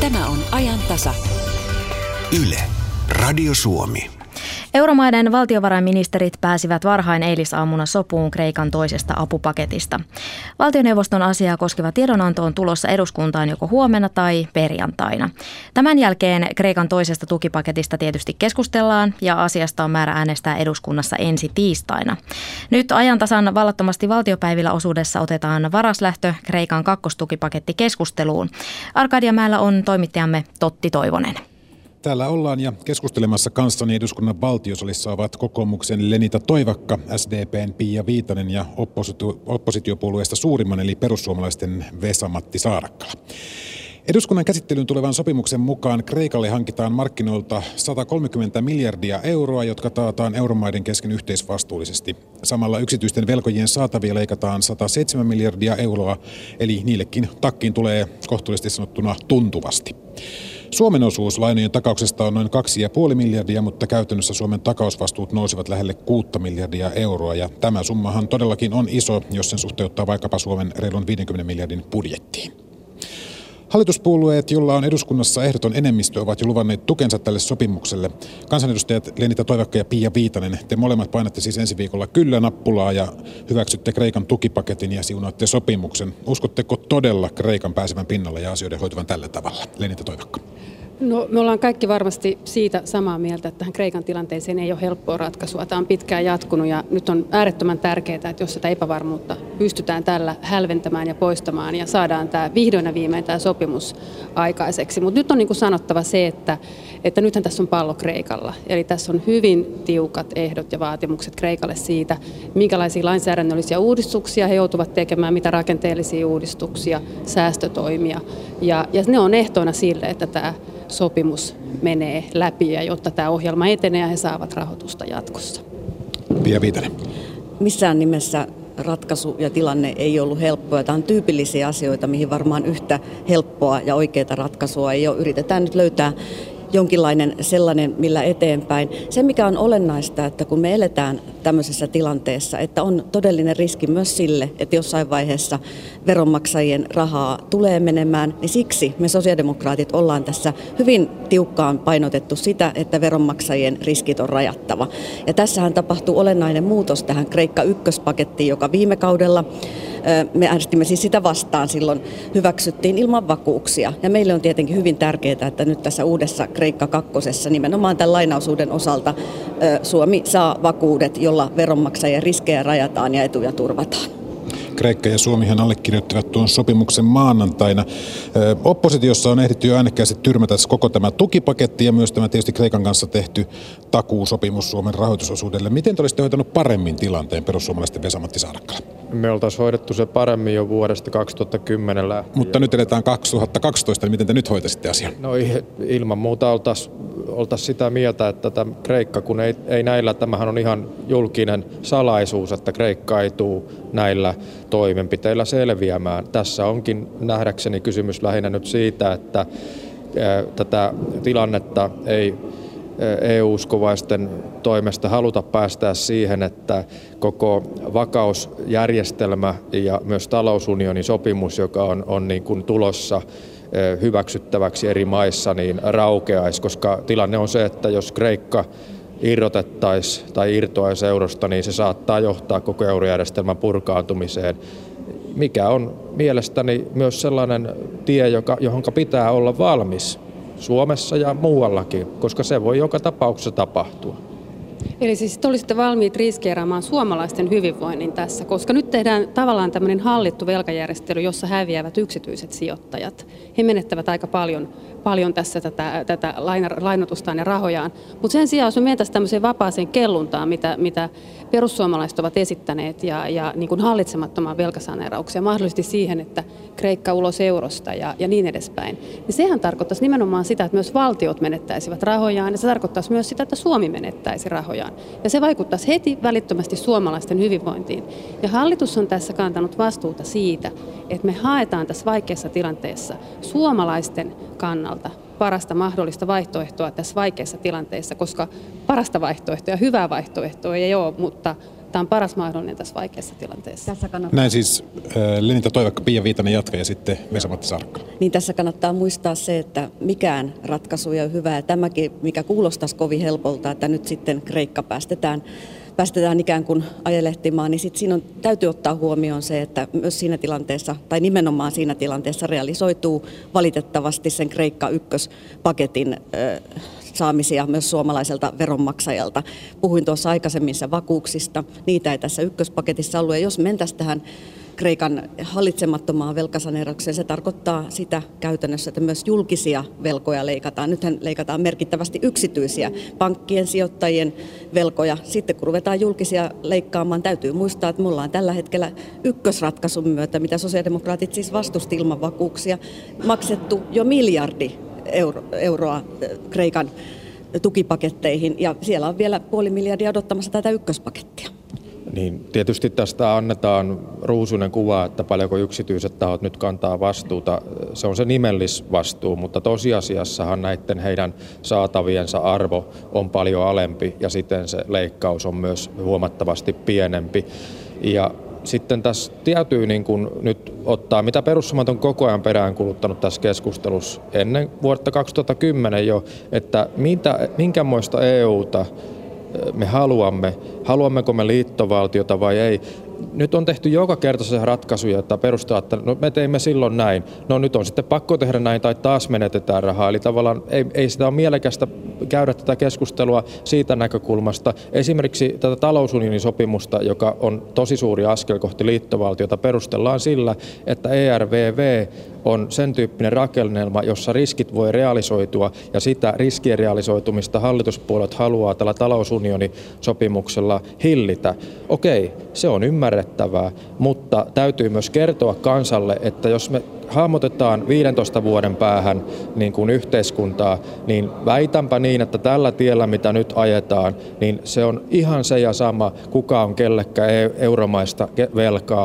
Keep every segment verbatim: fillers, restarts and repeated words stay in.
Tämä on ajan tasa. Yle, Radio Suomi. Euromaiden valtiovarainministerit pääsivät varhain eilisaamuna sopuun Kreikan toisesta apupaketista. Valtioneuvoston asiaa koskeva tiedonanto on tulossa eduskuntaan joko huomenna tai perjantaina. Tämän jälkeen Kreikan toisesta tukipaketista tietysti keskustellaan ja asiasta on määrä äänestää eduskunnassa ensi tiistaina. Nyt ajantasan vallattomasti valtiopäivillä osuudessa otetaan varaslähtö Kreikan kakkostukipaketti keskusteluun. Arkadianmäellä on toimittajamme Totti Toivonen. Täällä ollaan ja keskustelemassa kanssani eduskunnan valtiosalissa ovat kokoomuksen Lenita Toivakka, S D P:n Pia Viitanen ja oppositio- oppositiopuolueesta suurimman eli perussuomalaisten Vesa-Matti Saarakkala. Eduskunnan käsittelyyn tulevan sopimuksen mukaan Kreikalle hankitaan markkinoilta sata kolmekymmentä miljardia euroa, jotka taataan euromaiden kesken yhteisvastuullisesti. Samalla yksityisten velkojien saatavia leikataan sata seitsemän miljardia euroa, eli niillekin takkiin tulee kohtuullisesti sanottuna tuntuvasti. Suomen osuus lainojen takauksesta on noin kaksi pilkku viisi miljardia, mutta käytännössä Suomen takausvastuut nousivat lähelle kuutta miljardia euroa. Ja tämä summahan todellakin on iso, jos sen suhteuttaa vaikkapa Suomen reilun viidenkymmenen miljardin budjettiin. Hallituspuolueet, joilla on eduskunnassa ehdoton enemmistö, ovat jo luvanneet tukensa tälle sopimukselle. Kansanedustajat Lenita Toivakka ja Pia Viitanen, te molemmat painatte siis ensi viikolla kyllä-nappulaa ja hyväksytte Kreikan tukipaketin ja siunaatte sopimuksen. Uskotteko todella Kreikan pääsevän pinnalle ja asioiden hoituvan tällä tavalla? Lenita Toivakka. No, me ollaan kaikki varmasti siitä samaa mieltä, että tähän Kreikan tilanteeseen ei ole helppoa ratkaisua. Tämä on pitkään jatkunut ja nyt on äärettömän tärkeää, että jos sitä epävarmuutta pystytään tällä hälventämään ja poistamaan ja saadaan tämä vihdoin ja viimein tämä sopimus aikaiseksi. Mutta nyt on niin kuin sanottava se, että, että nythän tässä on pallo Kreikalla. Eli tässä on hyvin tiukat ehdot ja vaatimukset Kreikalle siitä, minkälaisia lainsäädännöllisiä uudistuksia he joutuvat tekemään, mitä rakenteellisia uudistuksia, säästötoimia. Ja, ja ne on ehtoina sille, että tämä sopimus menee läpi ja jotta tämä ohjelma etenee ja he saavat rahoitusta jatkossa. Pia Viitanen. Missään nimessä ratkaisu ja tilanne ei ollut helppoa. Tämä on tyypillisiä asioita, mihin varmaan yhtä helppoa ja oikeaa ratkaisua ei ole. Yritetään nyt löytää jonkinlainen sellainen, millä eteenpäin. Se, mikä on olennaista, että kun me eletään tämmöisessä tilanteessa, että on todellinen riski myös sille, että jossain vaiheessa veronmaksajien rahaa tulee menemään, niin siksi me sosiaalidemokraatit ollaan tässä hyvin tiukkaan painotettu sitä, että veronmaksajien riskit on rajattava. Ja tässähän tapahtuu olennainen muutos tähän Kreikka ykköspakettiin, joka viime kaudella me äänestimme siis sitä vastaan silloin, hyväksyttiin ilman vakuuksia. Ja meille on tietenkin hyvin tärkeää, että nyt tässä uudessa Kreikka kakkosessa nimenomaan tämän lainausuuden osalta Suomi saa vakuudet, jolla veronmaksajien riskejä rajataan ja etuja turvataan. Kreikka ja Suomihan allekirjoittivat tuon sopimuksen maanantaina. Oppositiossa on ehditty jo äänekkäästi tyrmätä koko tämä tukipaketti ja myös tämä tietysti Kreikan kanssa tehty takuusopimus Suomen rahoitusosuudelle. Miten te olisitte hoitanut paremmin tilanteen perussuomalaisten Vesa-Matti Saarakkala? Me oltaisiin hoidettu se paremmin jo vuodesta kaksituhattakymmenen lähtien. Mutta nyt eletään kaksituhattakaksitoista, niin miten te nyt hoitaisitte asian? No ilman muuta oltaisiin oltaisiin sitä mieltä, että tämä Kreikka, kun ei, ei näillä, tämähän on ihan julkinen salaisuus, että Kreikka ei tule näillä toimenpiteillä selviämään. Tässä onkin nähdäkseni kysymys lähinnä nyt siitä, että ää, tätä tilannetta ei E U-uskovaisten toimesta haluta päästää siihen, että koko vakausjärjestelmä ja myös talousunionin sopimus, joka on, on niin kuin tulossa hyväksyttäväksi eri maissa, niin raukeaisi, koska tilanne on se, että jos Kreikka irrotettaisiin tai irtoaisi eurosta, niin se saattaa johtaa koko eurojärjestelmän purkaantumiseen, mikä on mielestäni myös sellainen tie, joka, johon pitää olla valmis Suomessa ja muuallakin, koska se voi joka tapauksessa tapahtua. Eli siis te olisitte valmiit riskeeraamaan suomalaisten hyvinvoinnin tässä, koska nyt tehdään tavallaan tämmöinen hallittu velkajärjestely, jossa häviävät yksityiset sijoittajat. He menettävät aika paljon, paljon tässä tätä, tätä lainotustaan ja rahojaan. Mutta sen sijaan, jos me mentäisiin tämmöiseen vapaaseen kelluntaan, mitä, mitä perussuomalaiset ovat esittäneet, ja, ja niin kuin hallitsemattomaan velkasaneeraukseen, mahdollisesti siihen, että Kreikka ulos eurosta ja, ja niin edespäin, niin sehän tarkoittaisi nimenomaan sitä, että myös valtiot menettäisivät rahojaan, ja se tarkoittaisi myös sitä, että Suomi menettäisi rahojaan. Ja se vaikuttaisi heti välittömästi suomalaisten hyvinvointiin. Ja hallitus on tässä kantanut vastuuta siitä, että me haetaan tässä vaikeassa tilanteessa suomalaisten kannalta parasta mahdollista vaihtoehtoa tässä vaikeassa tilanteessa, koska parasta vaihtoehtoa ja hyvää vaihtoehtoa ei ole, mutta tämä on paras mahdollinen tässä vaikeassa tilanteessa. Tässä kannattaa... Näin siis äh, Lenita Toivakka, Pia Viitanen jatkaa ja sitten Vesa-Matti Sarkkala. Niin tässä kannattaa muistaa se, että mikään ratkaisu ei ole hyvä. Ja tämäkin, mikä kuulostaisi kovin helpolta, että nyt sitten Kreikka päästetään päästetään ikään kuin ajelehtimaan, niin sitten siinä on, täytyy ottaa huomioon se, että myös siinä tilanteessa, tai nimenomaan siinä tilanteessa realisoituu valitettavasti sen Kreikka ykköspaketin ö, saamisia myös suomalaiselta veronmaksajalta. Puhuin tuossa aikaisemmin vakuuksista, niitä ei tässä ykköspaketissa ollut, ja jos mentäisiin tähän Kreikan hallitsemattomaan velkasaneeraukseen, se tarkoittaa sitä käytännössä, että myös julkisia velkoja leikataan. Nythän leikataan merkittävästi yksityisiä pankkien, sijoittajien velkoja. Sitten kun ruvetaan julkisia leikkaamaan, täytyy muistaa, että me ollaan tällä hetkellä ykkösratkaisun myötä, mitä sosiaalidemokraatit siis vastusti ilman vakuuksia, maksettu jo miljardi euro, euroa Kreikan tukipaketteihin, ja siellä on vielä puoli miljardia odottamassa tätä ykköspakettia. Niin, tietysti tästä annetaan ruusuinen kuva, että paljonko yksityiset tahot nyt kantaa vastuuta. Se on se nimellisvastuu, mutta tosiasiassahan näiden heidän saataviensa arvo on paljon alempi ja siten se leikkaus on myös huomattavasti pienempi. Ja sitten tässä täytyy niin kuin nyt ottaa, mitä perussuomalaiset on koko ajan peräänkuluttanut tässä keskustelussa ennen vuotta kaksituhattakymmenen jo, että mitä, minkämoista E U:ta me haluamme, haluammeko me liittovaltiota vai ei. Nyt on tehty joka kerta se ratkaisuja, että perustaa, että no me teimme silloin näin. No nyt on sitten pakko tehdä näin tai taas menetetään rahaa. Eli tavallaan ei, ei sitä ole mielekästä käydä tätä keskustelua siitä näkökulmasta. Esimerkiksi tätä talousunionissopimusta, joka on tosi suuri askel kohti liittovaltiota, perustellaan sillä, että E R V V on sen tyyppinen rakennelma, jossa riskit voi realisoitua ja sitä riskien realisoitumista hallituspuolet haluaa tällä talousunionisopimuksella hillitä. Okei, se on ymmärrettävää, mutta täytyy myös kertoa kansalle, että jos me hahmotetaan viidentoista vuoden päähän niin kuin yhteiskuntaa, niin väitänpä niin, että tällä tiellä, mitä nyt ajetaan, niin se on ihan se ja sama, kuka on kellekään euromaista velkaa,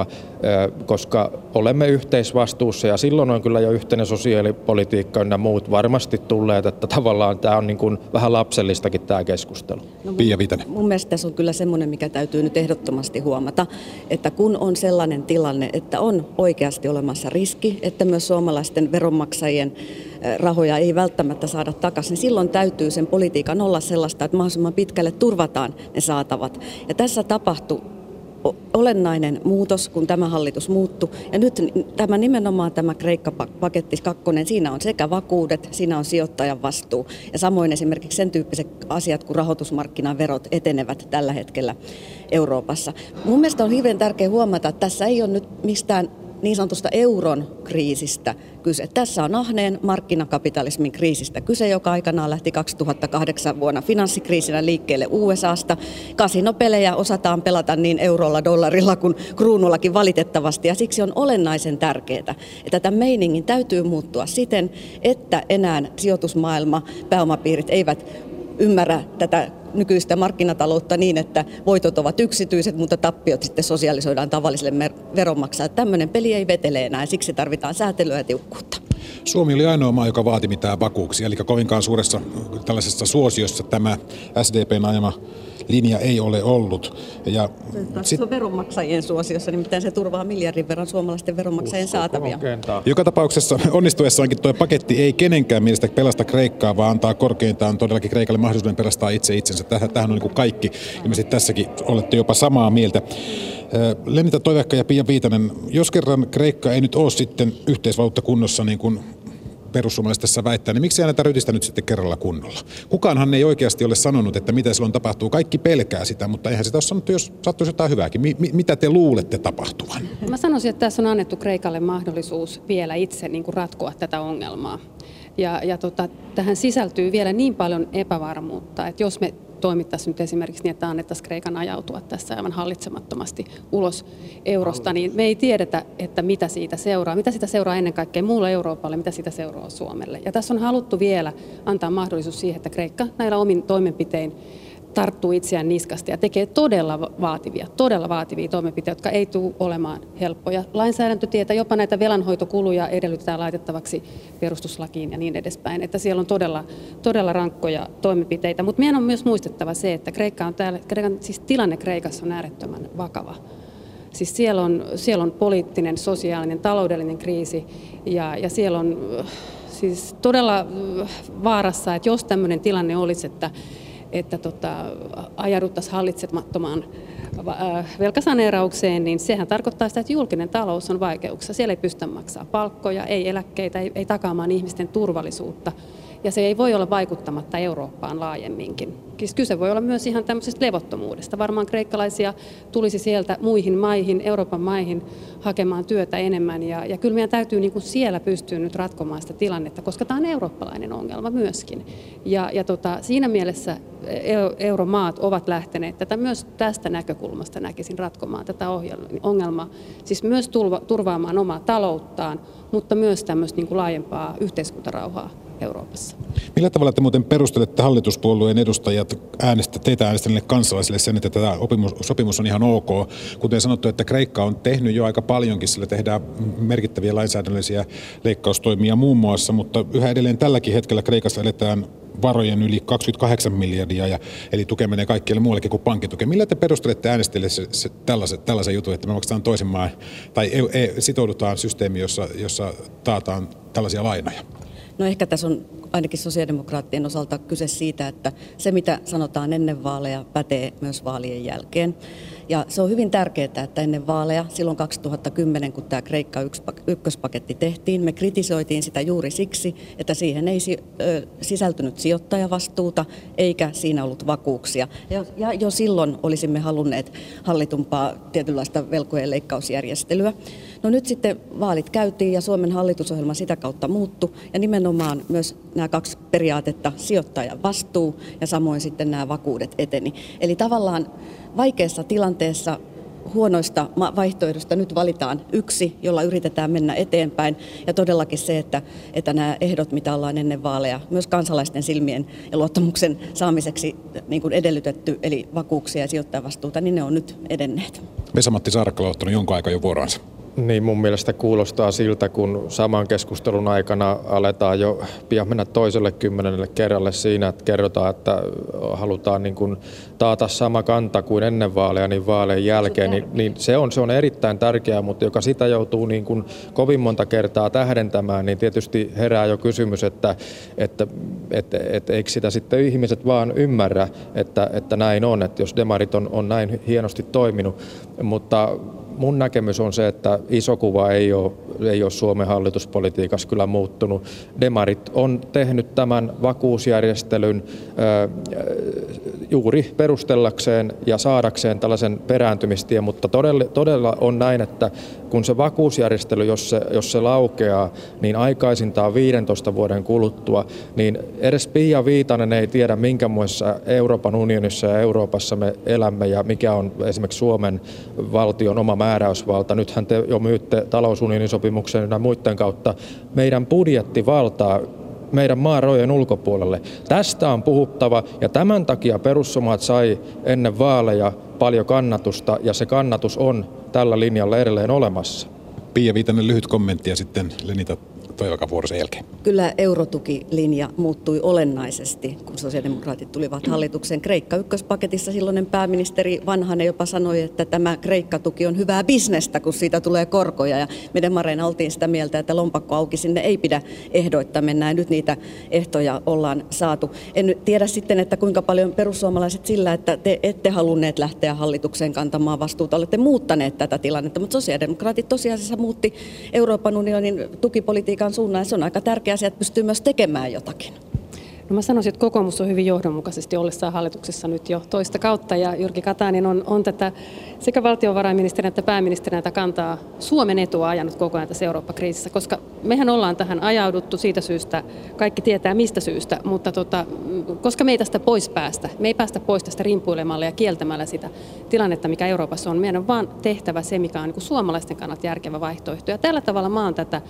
koska olemme yhteisvastuussa ja silloin on kyllä jo yhteinen sosiaalipolitiikka ja muut varmasti tulleet, että tavallaan tämä on niin kuin vähän lapsellistakin tämä keskustelu. No, Pia Viitanen. Mun mielestä tässä on kyllä semmoinen, mikä täytyy nyt ehdottomasti huomata, että kun on sellainen tilanne, että on oikeasti olemassa riski, että myös suomalaisten veronmaksajien rahoja ei välttämättä saada takaisin, niin silloin täytyy sen politiikan olla sellaista, että mahdollisimman pitkälle turvataan ne saatavat. Ja tässä tapahtui olennainen muutos, kun tämä hallitus muuttui. Ja nyt tämä nimenomaan tämä Kreikka-paketti kakkonen, siinä on sekä vakuudet, siinä on sijoittajan vastuu. Ja samoin esimerkiksi sen tyyppiset asiat, kun rahoitusmarkkinaverot etenevät tällä hetkellä Euroopassa. Mun mielestä on hirveän tärkeää huomata, että tässä ei ole nyt mistään niin sanotusta euron kriisistä kyse. Tässä on ahneen markkinakapitalismin kriisistä kyse, joka aikanaan lähti kaksituhattakahdeksan vuonna finanssikriisinä liikkeelle U S A:sta. Kasinopelejä osataan pelata niin eurolla, dollarilla kuin kruunullakin valitettavasti, ja siksi on olennaisen tärkeää, että tämän meiningin täytyy muuttua siten, että enää sijoitusmaailma, pääomapiirit eivät ymmärrä tätä nykyistä markkinataloutta niin, että voitot ovat yksityiset, mutta tappiot sitten sosialisoidaan tavalliselle veronmaksajalle. Tämmöinen peli ei vetele enää, siksi tarvitaan säätelyä ja tiukkuutta. Suomi oli ainoa maa, joka vaati mitään vakuuksia, eli kovinkaan suuressa tällaisessa suosiossa tämä S D P:n ajama linja ei ole ollut. Ja se on veronmaksajien suosiossa, nimittäin se turvaa miljardin verran suomalaisten veronmaksajien saatavia. Joka tapauksessa onnistuessaankin tuo paketti ei kenenkään mielestä pelasta Kreikkaa, vaan antaa korkeintaan todellakin Kreikalle mahdollisuuden pelastaa itse itsensä. Tähän, tähän on niin kuin kaikki. Ilmeisesti tässäkin olette jopa samaa mieltä. Lenita Toivakka ja Pia Viitanen, jos kerran Kreikka ei nyt ole sitten yhteisvaluutta kunnossa niin kuin perussuomalaiset tässä väittää, niin miksi ei näitä rytistä nyt sitten kerralla kunnolla? Kukaanhan ei oikeasti ole sanonut, että mitä silloin tapahtuu. Kaikki pelkää sitä, mutta eihän sitä ole sanottu, jos sattuisi jotain hyvääkin. Mi- mitä te luulette tapahtuvan? Mä sanoisin, että tässä on annettu Kreikalle mahdollisuus vielä itse niin kuin ratkoa tätä ongelmaa. Ja, ja tota, tähän sisältyy vielä niin paljon epävarmuutta, että jos me toimittaisiin nyt esimerkiksi niin, että annettaisiin Kreikan ajautua tässä aivan hallitsemattomasti ulos eurosta, niin me ei tiedetä, että mitä siitä seuraa. Mitä siitä seuraa ennen kaikkea muulle Euroopalle, mitä siitä seuraa Suomelle. Ja tässä on haluttu vielä antaa mahdollisuus siihen, että Kreikka näillä omin toimenpitein tarttuu itseään niskasta ja tekee todella vaativia, todella vaativia toimenpiteitä, jotka ei tule olemaan helppoja. Lainsäädäntötietä, jopa näitä velanhoitokuluja edellytetään laitettavaksi perustuslakiin ja niin edespäin, että siellä on todella, todella rankkoja toimenpiteitä. Mutta meidän on myös muistettava se, että Kreikka on täällä, Kreikan, siis tilanne Kreikassa on äärettömän vakava. Siis siellä on, siellä on poliittinen, sosiaalinen, taloudellinen kriisi ja, ja siellä on siis todella vaarassa, että jos tämmöinen tilanne olisi, että että tota, ajauduttaisiin hallitsemattomaan velkasaneeraukseen, niin sehän tarkoittaa sitä, että julkinen talous on vaikeuksissa. Siellä ei pystytä maksamaan palkkoja, ei eläkkeitä, ei, ei takaamaan ihmisten turvallisuutta. Ja se ei voi olla vaikuttamatta Eurooppaan laajemminkin. Kyse voi olla myös ihan tämmöisestä levottomuudesta. Varmaan kreikkalaisia tulisi sieltä muihin maihin, Euroopan maihin, hakemaan työtä enemmän. Ja, ja kyllä meidän täytyy niin kuin siellä pystyä nyt ratkomaan sitä tilannetta, koska tämä on eurooppalainen ongelma myöskin. Ja, ja tota, siinä mielessä euromaat ovat lähteneet tätä myös tästä näkökulmasta näkisin ratkomaan tätä ongelmaa. Siis myös turvaamaan omaa talouttaan, mutta myös tämmöistä niin kuin laajempaa yhteiskuntarauhaa Euroopassa. Millä tavalla te muuten perustelette hallituspuolueen edustajat äänestä, teitä äänestäneille kansalaisille sen, että tämä sopimus on ihan ok? Kuten sanottu, että Kreikka on tehnyt jo aika paljonkin, sillä tehdään merkittäviä lainsäädännöllisiä leikkaustoimia muun muassa, mutta yhä edelleen tälläkin hetkellä Kreikassa eletään varojen yli kaksikymmentäkahdeksan miljardia, ja, eli tuke menee kaikkialle muullekin kuin pankkituke. Millä te perustelette äänestäjille se, se, tällaisen, tällaisen jutun, että me maksetaan toisen maan, tai e, e, sitoudutaan systeemiin, jossa, jossa taataan tällaisia lainoja? No ehkä tässä on ainakin sosiaalidemokraattien osalta kyse siitä, että se mitä sanotaan ennen vaaleja pätee myös vaalien jälkeen. Ja se on hyvin tärkeää, että ennen vaaleja, silloin kaksituhattakymmenen, kun tämä Kreikka ykköspaketti tehtiin, me kritisoitiin sitä juuri siksi, että siihen ei sisältynyt sijoittajavastuuta eikä siinä ollut vakuuksia. Ja jo silloin olisimme halunneet hallitumpaa tietynlaista velkojen leikkausjärjestelyä. No nyt sitten vaalit käytiin ja Suomen hallitusohjelma sitä kautta muuttui ja nimenomaan myös nämä kaksi periaatetta, sijoittajan vastuu ja samoin sitten nämä vakuudet eteni. Eli tavallaan vaikeassa tilanteessa huonoista vaihtoehdosta nyt valitaan yksi, jolla yritetään mennä eteenpäin. Ja todellakin se, että, että nämä ehdot, mitä ollaan ennen vaaleja, myös kansalaisten silmien ja luottamuksen saamiseksi niin kuin edellytetty, eli vakuuksia ja sijoittajavastuuta, niin ne on nyt edenneet. Vesa-Matti Saarakkala on ottanut jonkun aikaa jo vuoronsa. Niin, mun mielestä kuulostaa siltä, kun saman keskustelun aikana aletaan jo pian mennä toiselle kymmenelle kerralle siinä, että kerrotaan, että halutaan niin kuin taata sama kanta kuin ennen vaaleja, niin vaalien jälkeen, niin, niin se, on, se on erittäin tärkeää, mutta joka sitä joutuu niin kuin kovin monta kertaa tähdentämään, niin tietysti herää jo kysymys, että, että, että, että eikö sitä sitten ihmiset vaan ymmärrä, että, että näin on, että jos demarit on, on näin hienosti toiminut, mutta mun näkemys on se, että iso kuva ei ole, ei ole Suomen hallituspolitiikassa kyllä muuttunut. Demarit on tehnyt tämän vakuusjärjestelyn äh, juuri perustellakseen ja saadakseen tällaisen perääntymistien, mutta todella, todella on näin, että kun se vakuusjärjestely, jos se, jos se laukeaa, niin aikaisintaan viidentoista vuoden kuluttua, niin edes Pia Viitanen ei tiedä, minkämoisessa Euroopan unionissa ja Euroopassa me elämme ja mikä on esimerkiksi Suomen valtion oma määräysvalta. Nythän te jo myytte talousunionisopimuksen ja muiden kautta meidän budjettivaltaa meidän maan rajojen ulkopuolelle. Tästä on puhuttava ja tämän takia perussuomalaiset sai ennen vaaleja paljon kannatusta ja se kannatus on tällä linjalla edelleen olemassa. Pia Viitanen, lyhyt kommentti ja sitten Lenita Toivakan vuoro sen jälkeen. Kyllä eurotukilinja muuttui olennaisesti, kun sosiaalidemokraatit tulivat hallituksen. Kreikka-ykköspaketissa silloinen pääministeri Vanhanen jopa sanoi, että tämä Kreikka-tuki on hyvää bisnestä, kun siitä tulee korkoja. Ja me demareina oltiin sitä mieltä, että lompakko auki sinne ei pidä ehdoittaa mennään. Nyt niitä ehtoja ollaan saatu. En tiedä sitten, että kuinka paljon perussuomalaiset sillä, että te ette halunneet lähteä hallitukseen kantamaan vastuuta, olette muuttaneet tätä tilannetta. Mutta sosiaalidemokraatit tosiasiassa muutti Euroopan unionin tukipolitiikan suunnan, ja se on aika tärkeä asia, että pystyy myös tekemään jotakin. No mä sanoisin, että kokoomus on hyvin johdonmukaisesti ollessaan hallituksessa nyt jo toista kautta, ja Jyrki Katainen on, on tätä sekä valtiovarainministerinä että pääministerinä tätä kantaa Suomen etua ajanut koko ajan tässä Eurooppa-kriisissä, koska mehän ollaan tähän ajauduttu siitä syystä, kaikki tietää mistä syystä, mutta tota, koska me ei tästä pois päästä, me ei päästä pois tästä rimpuilemalla ja kieltämällä sitä tilannetta, mikä Euroopassa on, meidän on vaan tehtävä se, mikä on niin kuin suomalaisten kannalta järkevä vaihtoehto, ja tällä tavalla mä oon tätä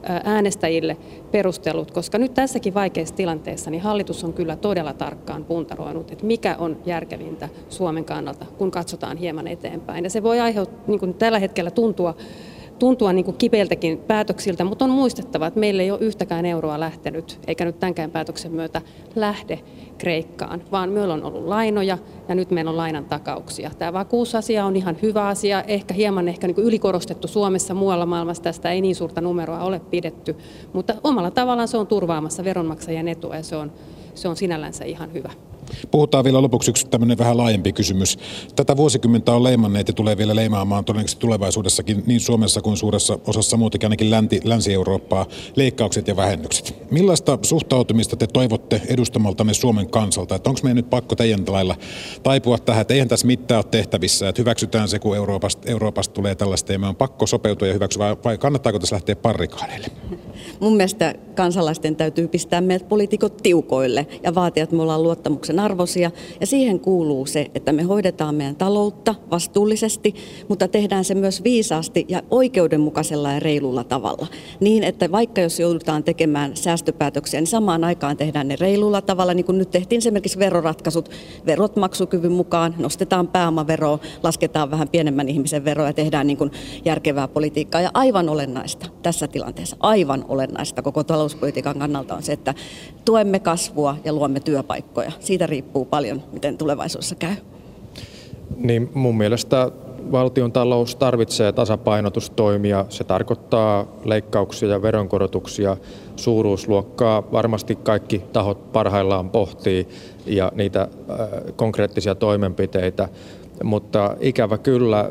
äänestäjille perustelut, koska nyt tässäkin vaikeassa tilanteessa niin hallitus on kyllä todella tarkkaan puntaroinut, että mikä on järkevintä Suomen kannalta, kun katsotaan hieman eteenpäin. Ja se voi aiheuttaa, niin kuin tällä hetkellä tuntua, tuntua niin kuin kipeiltäkin päätöksiltä, mutta on muistettava, että meillä ei ole yhtäkään euroa lähtenyt, eikä nyt tämänkään päätöksen myötä lähde Kreikkaan, vaan meillä on ollut lainoja ja nyt meillä on lainan takauksia. Tämä vakuusasia on ihan hyvä asia, ehkä hieman ehkä niin kuin ylikorostettu Suomessa, muualla maailmassa tästä ei niin suurta numeroa ole pidetty, mutta omalla tavallaan se on turvaamassa veronmaksajien etua ja se on, se on sinällänsä ihan hyvä. Puhutaan vielä lopuksi yksi tämmöinen vähän laajempi kysymys. Tätä vuosikymmentä on leimanneet ja tulee vielä leimaamaan todennäköisesti tulevaisuudessakin niin Suomessa kuin suuressa osassa muutakin, ainakin länti, Länsi-Eurooppaa, leikkaukset ja vähennykset. Millaista suhtautumista te toivotte edustamaltanne Suomen kansalta? Että onko meidän nyt pakko teidän lailla taipua tähän, että eihän tässä mitään ole tehtävissä, että hyväksytään se, kun Euroopasta, Euroopasta tulee tällaista, ja me on pakko sopeutua ja hyväksyä, vai kannattaako tässä lähteä parrikaadeille? Mun mielestä kansalaisten täytyy pistää meidät poliitikot tiukoille ja vaatia, että me ollaan luottamuksen arvoisia. Ja siihen kuuluu se, että me hoidetaan meidän taloutta vastuullisesti, mutta tehdään se myös viisaasti ja oikeudenmukaisella ja reilulla tavalla. Niin, että vaikka jos joudutaan tekemään säästöpäätöksiä, niin samaan aikaan tehdään ne reilulla tavalla, niin kuin nyt tehtiin esimerkiksi veroratkaisut. Verot maksukyvyn mukaan, nostetaan pääomaveroa, lasketaan vähän pienemmän ihmisen veroa ja tehdään niin kuin järkevää politiikkaa. Ja aivan olennaista tässä tilanteessa, aivan olennaista koko talouspolitiikan kannalta on se, että tuemme kasvua ja luomme työpaikkoja. Siitä riippuu paljon, miten tulevaisuudessa käy. Niin mun mielestä valtion talous tarvitsee tasapainotustoimia. Se tarkoittaa leikkauksia ja veronkorotuksia. Suuruusluokkaa varmasti kaikki tahot parhaillaan pohtii ja niitä äh, konkreettisia toimenpiteitä. Mutta ikävä kyllä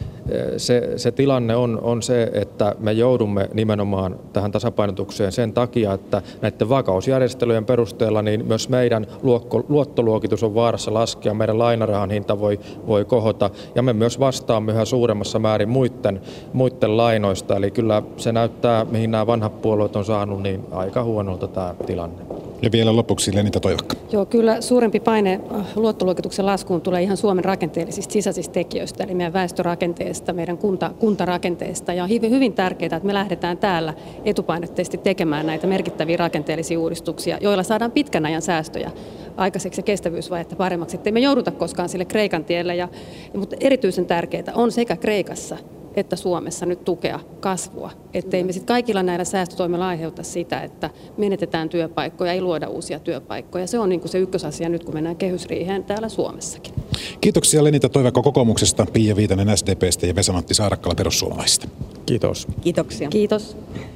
se, se tilanne on, on se, että me joudumme nimenomaan tähän tasapainotukseen sen takia, että näiden vakausjärjestelyjen perusteella niin myös meidän luottoluokitus on vaarassa laskea, meidän lainarahan hinta voi, voi kohota ja me myös vastaamme yhä suuremmassa määrin muiden, muiden lainoista. Eli kyllä se näyttää, mihin nämä vanhat puolueet on saanut, niin aika huonolta tämä tilanne. Ja vielä lopuksi Lenita Toivakka. Joo, kyllä suurempi paine luottoluokituksen laskuun tulee ihan Suomen rakenteellisista sisäisistä tekijöistä, eli meidän väestörakenteesta, meidän kunta, kuntarakenteesta. Ja on hyvin, hyvin tärkeää, että me lähdetään täällä etupainotteisesti tekemään näitä merkittäviä rakenteellisia uudistuksia, joilla saadaan pitkän ajan säästöjä aikaiseksi ja kestävyysvajetta paremmaksi, ettei me jouduta koskaan sille Kreikan tielle. Ja, mutta erityisen tärkeää on sekä Kreikassa että Suomessa nyt tukea kasvua, ettei me sitten kaikilla näillä säästötoimilla aiheuta sitä, että menetetään työpaikkoja, ei luoda uusia työpaikkoja. Se on niin kuin se ykkösasia nyt, kun mennään kehysriiheen täällä Suomessakin. Kiitoksia Lenita Toivakka kokoomuksesta, Pia Viitanen S D P:stä ja Vesa-Matti Saarakkala perussuomalaisista. Kiitos. Kiitoksia. Kiitos.